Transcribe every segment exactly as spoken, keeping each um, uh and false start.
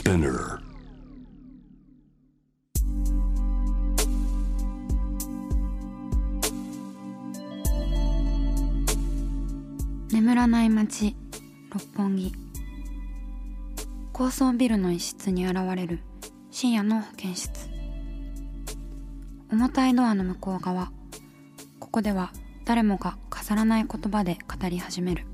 Spinner。 眠らない街六本木。高層ビルの一室に現れる深夜の保健室。重たいドアの向こう側、ここでは誰もが飾らない言葉で語り始める。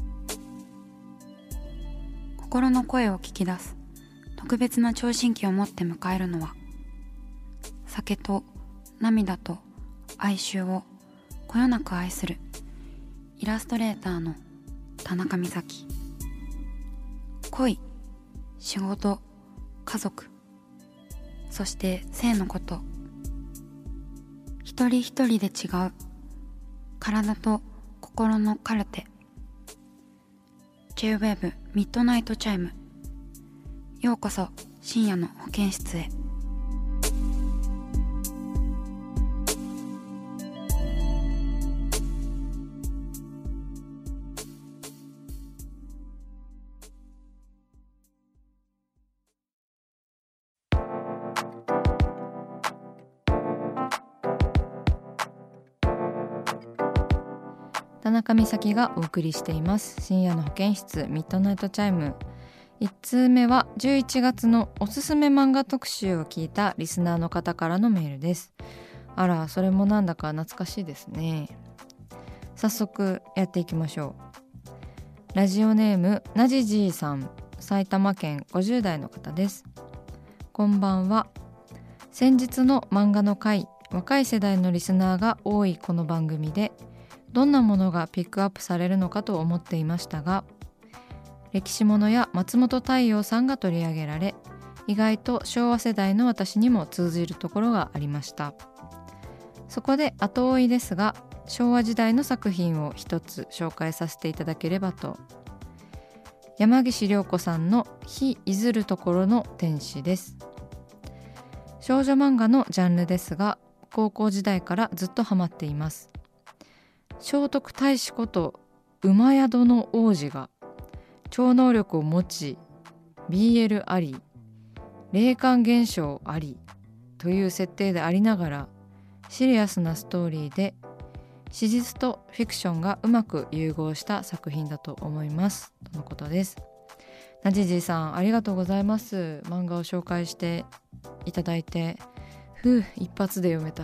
心の声を聞き出す特別な聴診器を持って迎えるのは、酒と涙と哀愁をこよなく愛するイラストレーターの田中美咲。恋、仕事、家族、そして性のこと、一人一人で違う体と心のカルテ。 J-Wave ミッドナイトチャイム。ようこそ深夜の保健室へ。 田中美咲がお送りしています深夜の保健室ミッドナイトチャイム。いち通目はじゅういちがつのおすすめ漫画特集を聞いたリスナーの方からのメールです。あら、それもなんだか懐かしいですね。早速やっていきましょう。ラジオネームなじじいさん、埼玉県ごじゅう代の方です。こんばんは。先日の漫画の回、若い世代のリスナーが多いこの番組でどんなものがピックアップされるのかと思っていましたが、歴史ものや松本太陽さんが取り上げられ、意外と昭和世代の私にも通じるところがありました。そこで後追いですが、昭和時代の作品を一つ紹介させていただければと。山岸涼子さんの日いずるところの天使です。少女漫画のジャンルですが、高校時代からずっとハマっています。聖徳太子こと馬宿の王子が超能力を持ち ビーエル あり霊感現象ありという設定でありながら、シリアスなストーリーで史実とフィクションがうまく融合した作品だと思いますとのことです。なじじいさん、ありがとうございます。漫画を紹介していただいて、ふう、一発で読めた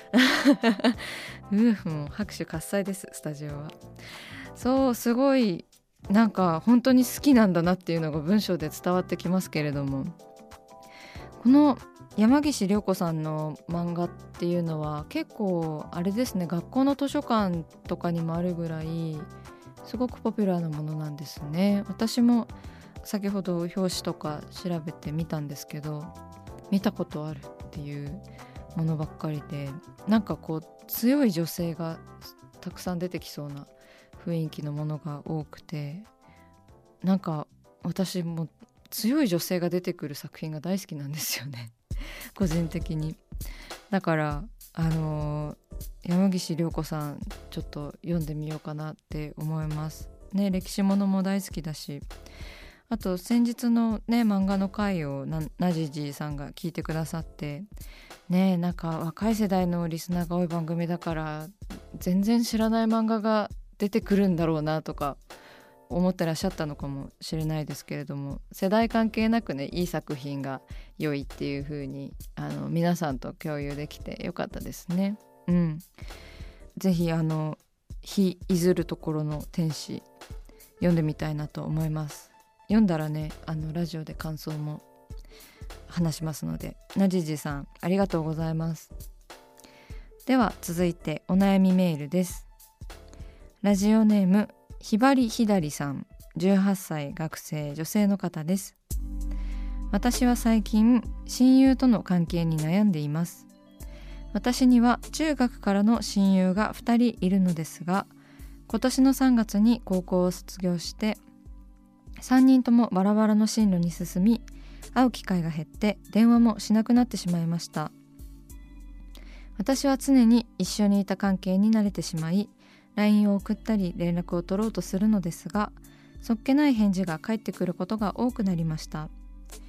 うもう拍手喝采です。スタジオはそう、すごいなんか本当に好きなんだなっていうのが文章で伝わってきますけれども、この山岸涼子さんの漫画っていうのは結構あれですね、学校の図書館とかにもあるぐらいすごくポピュラーなものなんですね。私も先ほど表紙とか調べてみたんですけど、見たことあるっていうものばっかりで、なんかこう強い女性がたくさん出てきそうな雰囲気のものが多くて、なんか私も強い女性が出てくる作品が大好きなんですよね個人的に。だからあのー、山岸涼子さんちょっと読んでみようかなって思いますね。歴史ものも大好きだし、あと先日のね漫画の回を な, なじじいさんが聞いてくださってね、なんか若い世代のリスナーが多い番組だから全然知らない漫画が出てくるんだろうなとか思ってらっしゃったのかもしれないですけれども、世代関係なくね、いい作品が良いっていう風にあの皆さんと共有できてよかったですね。うん、ぜひあの日いずるところの天使読んでみたいなと思います。読んだらね、あのラジオで感想も話しますので。なじじさん、ありがとうございます。では続いてお悩みメールです。ラジオネームひばりひだりさん、じゅうはっさい学生女性の方です。私は最近親友との関係に悩んでいます。私には中学からの親友がふたりいるのですが、今年のさんがつに高校を卒業してさんにんともバラバラの進路に進み、会う機会が減って電話もしなくなってしまいました。私は常に一緒にいた関係に慣れてしまい、 ライン を送ったり連絡を取ろうとするのですが、そっけない返事が返ってくることが多くなりました。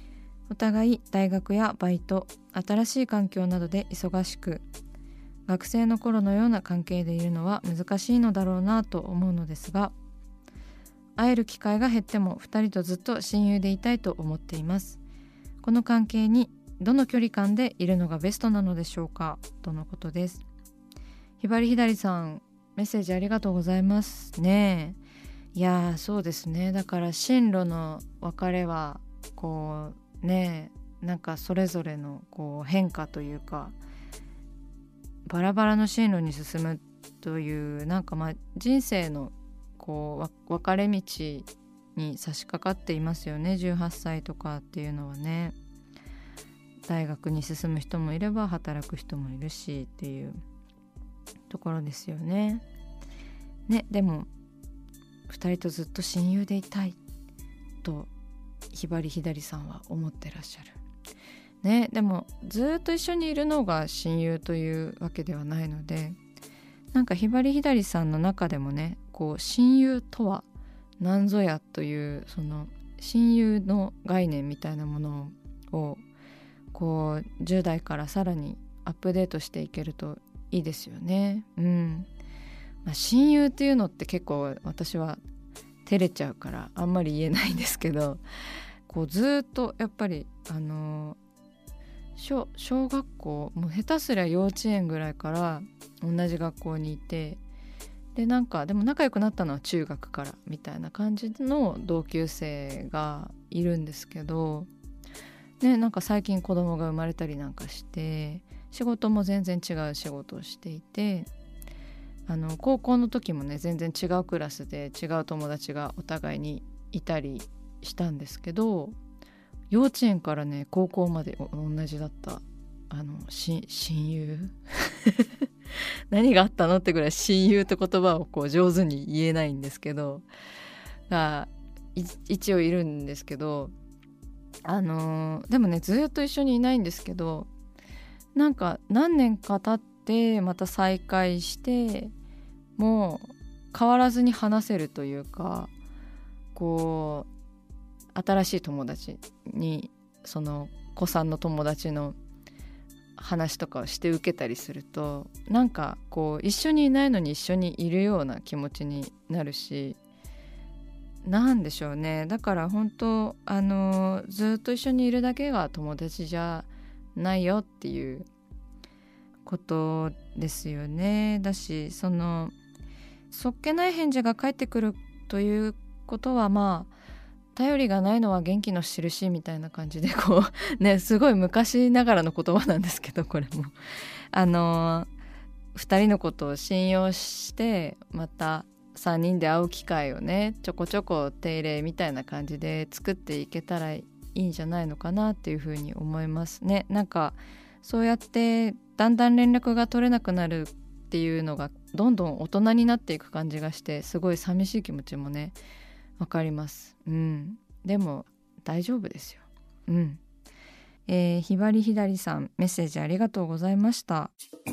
お互い大学やバイト、新しい環境などで忙しく、学生の頃のような関係でいるのは難しいのだろうなと思うのですが、会える機会が減ってもふたりとずっと親友でいたいと思っています。この関係にどの距離感でいるのがベストなのでしょうか、とのことです。ひばりひだりさん、メッセージありがとうございますね。いやそうですね、だから進路の別れはこうね、なんかそれぞれのこう変化というか、バラバラの進路に進むという、なんかまあ人生のこう分かれ道に差し掛かっていますよね。じゅうはっさいとかっていうのはね、大学に進む人もいれば働く人もいるしっていうところですよね。ね、でもふたりとずっと親友でいたいとひばりひだりさんは思ってらっしゃる。ね、でもずっと一緒にいるのが親友というわけではないので、なんかひばりひだりさんの中でもね、こう親友とは何ぞやというその親友の概念みたいなものをこうじゅう代からさらにアップデートしていけるといいですよね。うん、まあ、親友っていうのって結構私は照れちゃうからあんまり言えないんですけど、こうずっとやっぱりあの小、小学校もう下手すりゃ幼稚園ぐらいから同じ学校にいて、でなんかでも仲良くなったのは中学からみたいな感じの同級生がいるんですけど、ね、なんか最近子供が生まれたりなんかして仕事も全然違う仕事をしていて、あの高校の時もね全然違うクラスで違う友達がお互いにいたりしたんですけど、幼稚園からね高校まで同じだったあのし親友何があったのってぐらい親友って言葉をこう上手に言えないんですけどが一応いるんですけど、あのー、でもねずっと一緒にいないんですけど、なんか何年か経ってまた再会してもう変わらずに話せるというか、こう新しい友達にその子さんの友達の話とかをして受けたりすると、なんかこう一緒にいないのに一緒にいるような気持ちになるし、なんでしょうね、だから本当あのずっと一緒にいるだけが友達じゃないよっていうことですよね。だしそのそっけない返事が返ってくるということは、まあ頼りがないのは元気の印みたいな感じでこうね、すごい昔ながらの言葉なんですけど、これもあのふたりのことを信用してまたさんにんで会う機会をねちょこちょこ定例みたいな感じで作っていけたらいいんじゃないのかなっていうふうに思いますね。なんかそうやってだんだん連絡が取れなくなるっていうのがどんどん大人になっていく感じがして、すごい寂しい気持ちもねわかります。うん、でも大丈夫ですよ。うん、えー、ひばりひだりさんメッセージありがとうございました。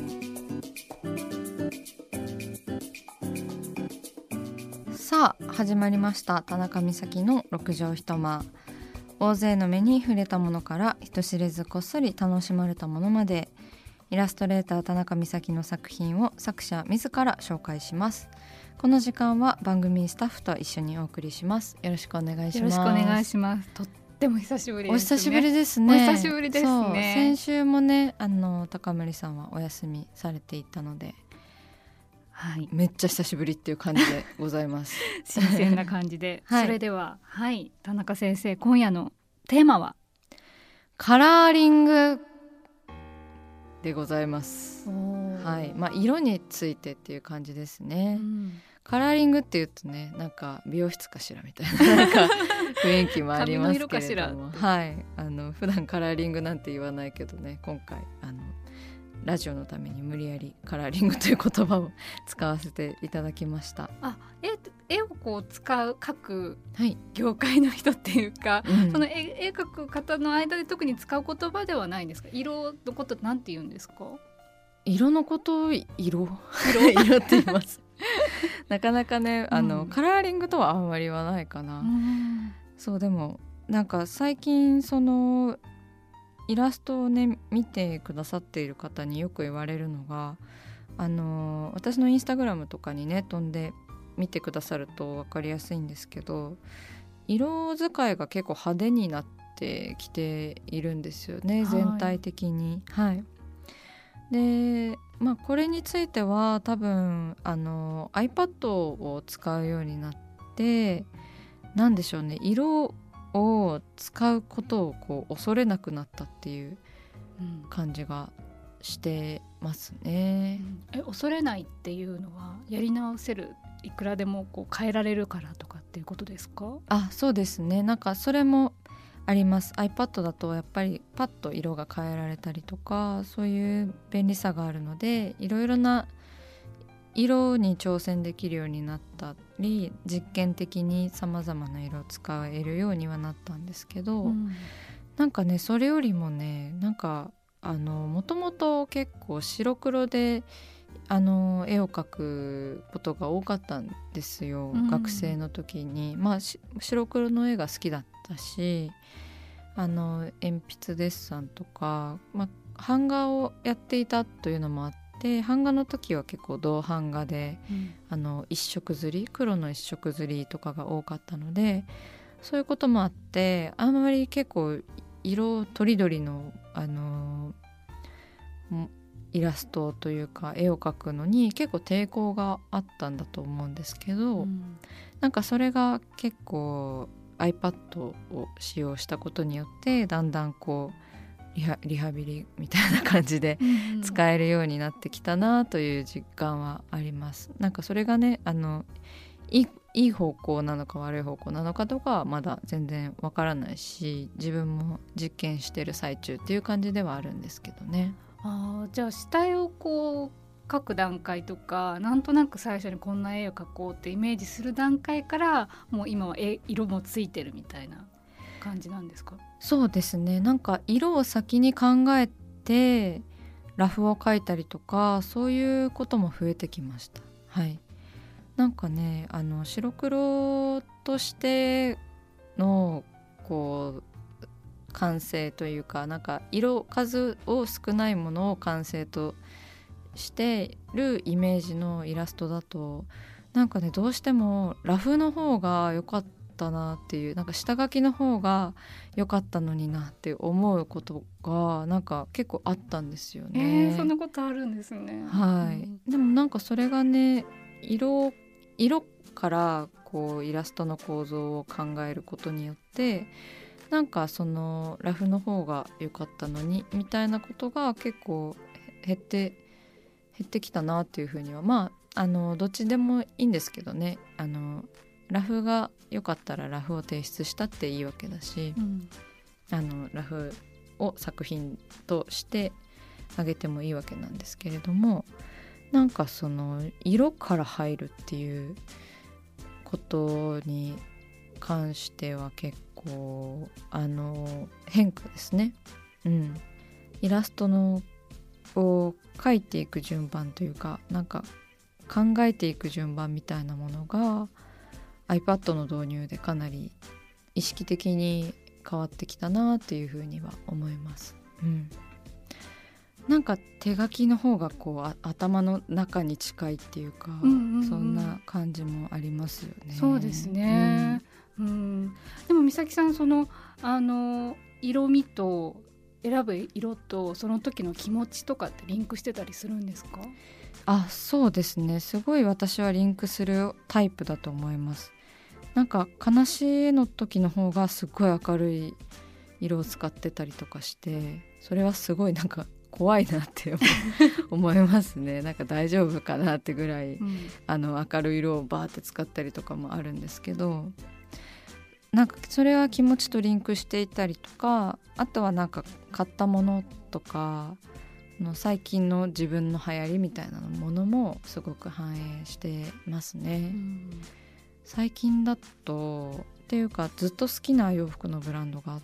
さあ始まりました田中美咲の六畳一間。大勢の目に触れたものから人知れずこっそり楽しまれたものまで、イラストレーター田中美咲の作品を作者自ら紹介します。この時間は番組スタッフと一緒にお送りします。よろしくお願いします。 よろしくお願いします。とっても久しぶりですね。 お久しぶりですね。 お久しぶりですね。 先週もねあの高森さんはお休みされていたので、はい、めっちゃ久しぶりっていう感じでございます新鮮な感じで、 はい、 それでは、はい、田中先生今夜のテーマはカラーリングでございます。はい、まあ、色についてっていう感じですね、うん、カラーリングっていうとねなんか美容室かしらみたい な, なんか雰囲気もありますけれどもはい、あの普段カラーリングなんて言わないけどね、今回あのラジオのために無理やりカラーリングという言葉を使わせていただきました。 あ、絵, 絵をこう使う描く業界の人っていうか、はい、その 絵, 絵描く方の間で特に使う言葉ではないんですか？色のことなんて言うんですか？ 色のこと色色色って言いますなかなかねあの、うん、カラーリングとはあんまり言わないかな、うん、そうでもなんか最近そのイラストをね見てくださっている方によく言われるのが、あの私のインスタグラムとかにね飛んで見てくださると分かりやすいんですけど、色使いが結構派手になってきているんですよね、全体的に。はい、でまあこれについては多分あの iPad を使うようになって、なんでしょうね、色を使うことをこう恐れなくなったっていう感じがしてますね、 うん、え恐れないっていうのはやり直せる、いくらでもこう変えられるからとかっていうことですか？ あ、そうですね、なんかそれもあります。 iPad だとやっぱりパッと色が変えられたりとか、そういう便利さがあるのでいろいろな色に挑戦できるようになったり、実験的にさまざまな色を使えるようにはなったんですけど、うん、なんかねそれよりもね、なんかあのもともと結構白黒であの絵を描くことが多かったんですよ、うん、学生の時に。まあ白黒の絵が好きだったし、あの鉛筆デッサンとか、まあ、版画をやっていたというのもあって、で版画の時は結構銅版画で、うん、あの一色刷り、黒の一色刷りとかが多かったので、そういうこともあってあんまり結構色とりどりの、あのー、イラストというか絵を描くのに結構抵抗があったんだと思うんですけど、うん、なんかそれが結構 iPad を使用したことによってだんだんこうリハ、リハビリみたいな感じで使えるようになってきたなという実感はあります。なんかそれがね、あのいい、いい方向なのか悪い方向なのかとかはまだ全然わからないし、自分も実験してる最中っていう感じではあるんですけどね。 あ、じゃあ下絵をこう描く段階とか、なんとなく最初にこんな絵を描こうってイメージする段階からもう今は絵色もついてるみたいな感じなんですか？ そうですね、なんか色を先に考えてラフを描いたりとか、そういうことも増えてきました。はい、なんかね、あの白黒としてのこう完成というか、なんか色数を少ないものを完成としてるイメージのイラストだと、なんかねどうしてもラフの方が良かっただなっていう、なんか下書きの方が良かったのになって思うことがなんか結構あったんですよね。 えー、そんなことあるんですね。 はい、うん、でもなんかそれがね、色色からこうイラストの構造を考えることによって、なんかそのラフの方が良かったのにみたいなことが結構減って減ってきたなっていうふうには、まああのどっちでもいいんですけどね、あのラフが良かったらラフを提出したっていいわけだし、うん、あのラフを作品としてあげてもいいわけなんですけれども、なんかその色から入るっていうことに関しては結構あの変化ですね。うん、イラストのを描いていく順番というか、なんか考えていく順番みたいなものがiPad の導入でかなり意識的に変わってきたなっていうふうには思います、うん、なんか手書きの方がこうあ頭の中に近いっていうか、うんうんうん、そんな感じもありますよね。 そうですね、うんうん、でも美咲さん、そのあの色味と選ぶ色とその時の気持ちとかってリンクしてたりするんですか？ あ、そうですね、すごい私はリンクするタイプだと思います。なんか悲しい絵の時の方がすごい明るい色を使ってたりとかして、それはすごいなんか怖いなって思いますね。なんか大丈夫かなってぐらい、うん、あの明るい色をバーって使ったりとかもあるんですけど、なんかそれは気持ちとリンクしていたりとか、あとはなんか買ったものとかの最近の自分の流行りみたいなものもすごく反映してますね、うん、最近だとっていうかずっと好きな洋服のブランドがあって、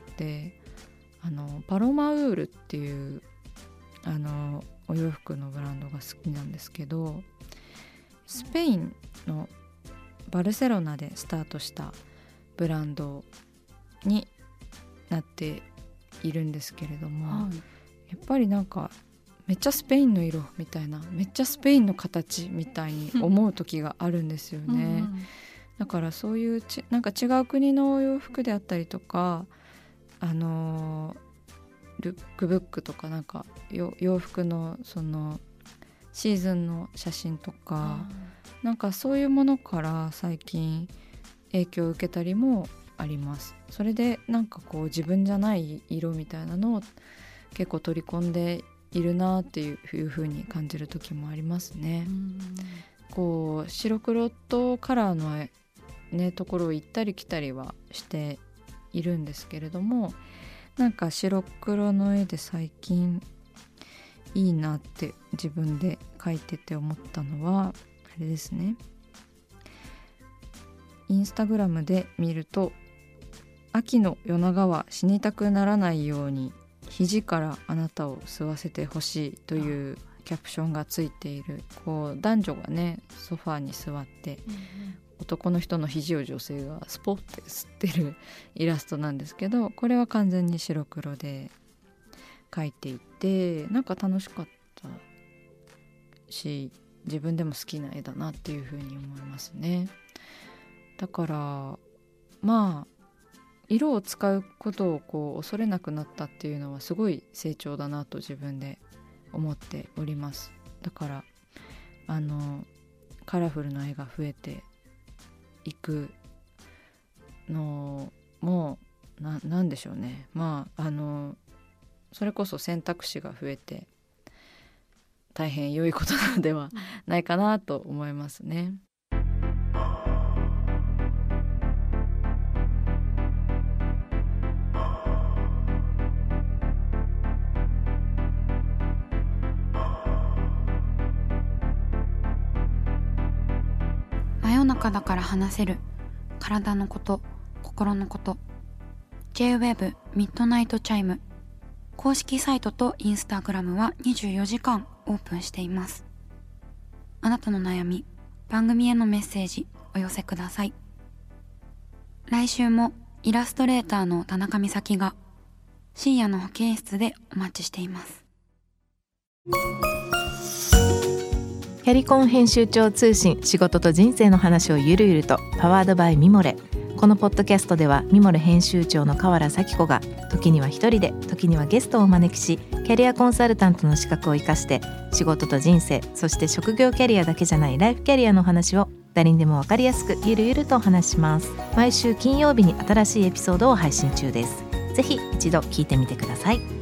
あのパロマウールっていうあのお洋服のブランドが好きなんですけど、スペインのバルセロナでスタートしたブランドになっているんですけれども、 はい、 やっぱりなんかめっちゃスペインの色みたいな、めっちゃスペインの形みたいに思う時があるんですよね、うんうん、だからそういうちなんか違う国の洋服であったりとか、あのルックブックとかなんか洋服のそのシーズンの写真とか、なんかそういうものから最近影響を受けたりもあります。それでなんかこう自分じゃない色みたいなのを結構取り込んでいるなっていう風に感じる時もありますね。うんこう白黒とカラーの、ね、ところを行ったり来たりはしているんですけれども、なんか白黒の絵で最近いいなって自分で描いてて思ったのはあれですね。インスタグラムで見ると、秋の夜長は死にたくならないように肘からあなたを吸わせてほしいというキャプションがついている、こう男女がねソファーに座って、うんうん、男の人の肘を女性がスポッて吸ってるイラストなんですけど、これは完全に白黒で描いていて、なんか楽しかったし自分でも好きな絵だなっていうふうに思いますね。だからまあ色を使うことをこう恐れなくなったっていうのはすごい成長だなと自分で思っております。だからあのカラフルな絵が増えていくのも な, なんでしょうね。まああのそれこそ選択肢が増えて大変良いことなのではないかなと思いますね。 真夜中だから話せる体のこと、心のこと。 ジェイウェーブ ミッドナイトチャイム公式サイトとインスタグラムはにじゅうよじかんオープンしています。あなたの悩み、番組へのメッセージお寄せください。来週もイラストレーターの田中美咲が深夜の保健室でお待ちしています。 キャリコン編集長通信、仕事と人生の話をゆるゆると、パワードバイミモレ。このポッドキャストではミモレ編集長の河原咲子が時には一人で、時にはゲストをお招きし、キャリアコンサルタントの資格を生かして仕事と人生、そして職業キャリアだけじゃないライフキャリアの話を誰にでも分かりやすくゆるゆるとお話します。毎週金曜日に新しいエピソードを配信中です。ぜひ一度聞いてみてください。